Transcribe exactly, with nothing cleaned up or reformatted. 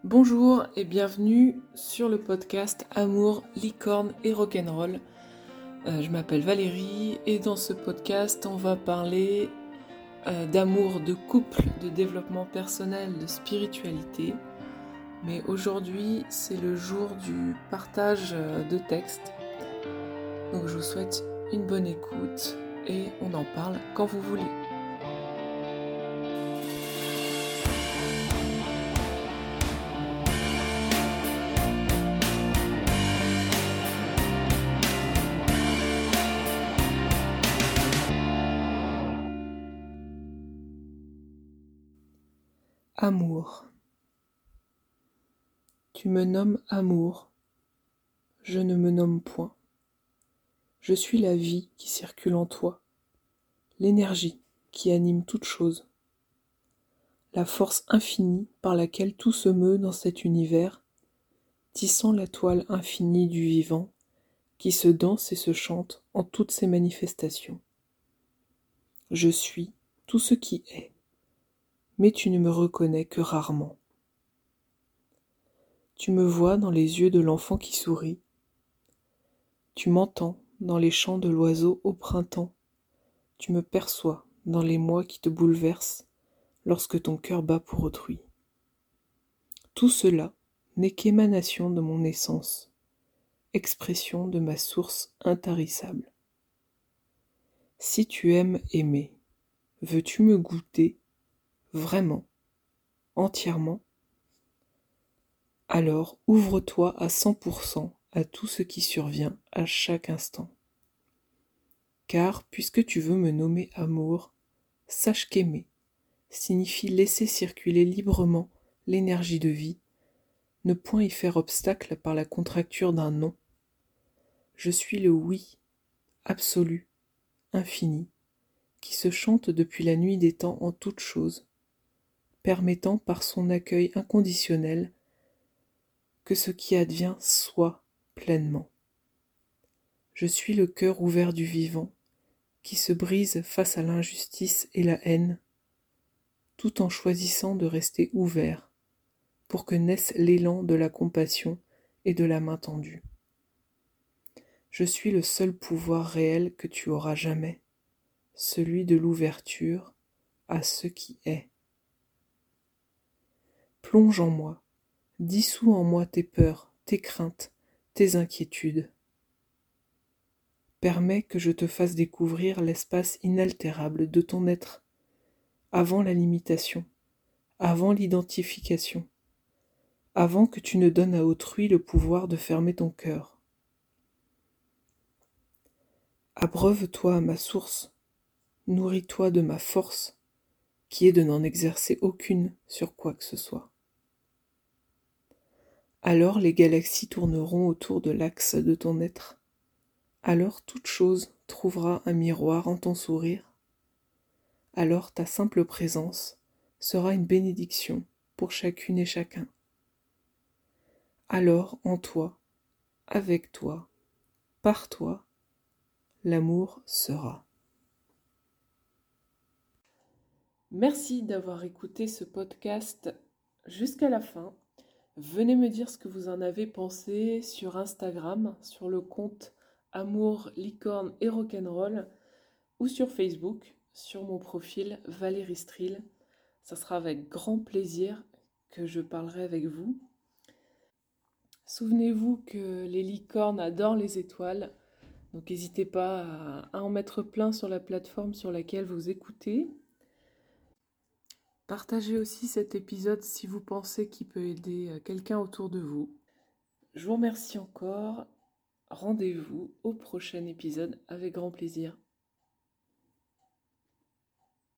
Bonjour et bienvenue sur le podcast Amour, licorne et rock'n'roll. Euh, je m'appelle Valérie et dans ce podcast on va parler euh, d'amour, de couple, de développement personnel, de spiritualité. Mais aujourd'hui c'est le jour du partage euh, de textes. Donc je vous souhaite une bonne écoute et on en parle quand vous voulez. Amour. Tu me nommes amour, je ne me nomme point. Je suis la vie qui circule en toi, l'énergie qui anime toute chose, la force infinie par laquelle tout se meut dans cet univers, tissant la toile infinie du vivant qui se danse et se chante en toutes ses manifestations. Je suis tout ce qui est, mais tu ne me reconnais que rarement. Tu me vois dans les yeux de l'enfant qui sourit, tu m'entends dans les chants de l'oiseau au printemps, tu me perçois dans les mois qui te bouleversent lorsque ton cœur bat pour autrui. Tout cela n'est qu'émanation de mon essence, expression de ma source intarissable. Si tu aimes aimer, veux-tu me goûter, vraiment, entièrement? Alors ouvre-toi à cent pour cent à tout ce qui survient à chaque instant. Car puisque tu veux me nommer amour, sache qu'aimer signifie laisser circuler librement l'énergie de vie, ne point y faire obstacle par la contracture d'un non. Je suis le oui, absolu, infini, qui se chante depuis la nuit des temps en toutes choses, permettant par son accueil inconditionnel que ce qui advient soit pleinement. Je suis le cœur ouvert du vivant, qui se brise face à l'injustice et la haine, tout en choisissant de rester ouvert, pour que naisse l'élan de la compassion et de la main tendue. Je suis le seul pouvoir réel que tu auras jamais, celui de l'ouverture à ce qui est. Plonge en moi, dissous en moi tes peurs, tes craintes, tes inquiétudes. Permets que je te fasse découvrir l'espace inaltérable de ton être, avant la limitation, avant l'identification, avant que tu ne donnes à autrui le pouvoir de fermer ton cœur. Abreuve-toi à ma source, nourris-toi de ma force, qui est de n'en exercer aucune sur quoi que ce soit. Alors les galaxies tourneront autour de l'axe de ton être. Alors toute chose trouvera un miroir en ton sourire. Alors ta simple présence sera une bénédiction pour chacune et chacun. Alors en toi, avec toi, par toi, l'amour sera. Merci d'avoir écouté ce podcast jusqu'à la fin. Venez me dire ce que vous en avez pensé sur Instagram, sur le compte Amour, licorne et rock'n'roll, ou sur Facebook, sur mon profil Valérie Strill. Ça sera avec grand plaisir que je parlerai avec vous. Souvenez-vous que les licornes adorent les étoiles, donc n'hésitez pas à en mettre plein sur la plateforme sur laquelle vous écoutez. Partagez aussi cet épisode si vous pensez qu'il peut aider quelqu'un autour de vous. Je vous remercie encore. Rendez-vous au prochain épisode avec grand plaisir.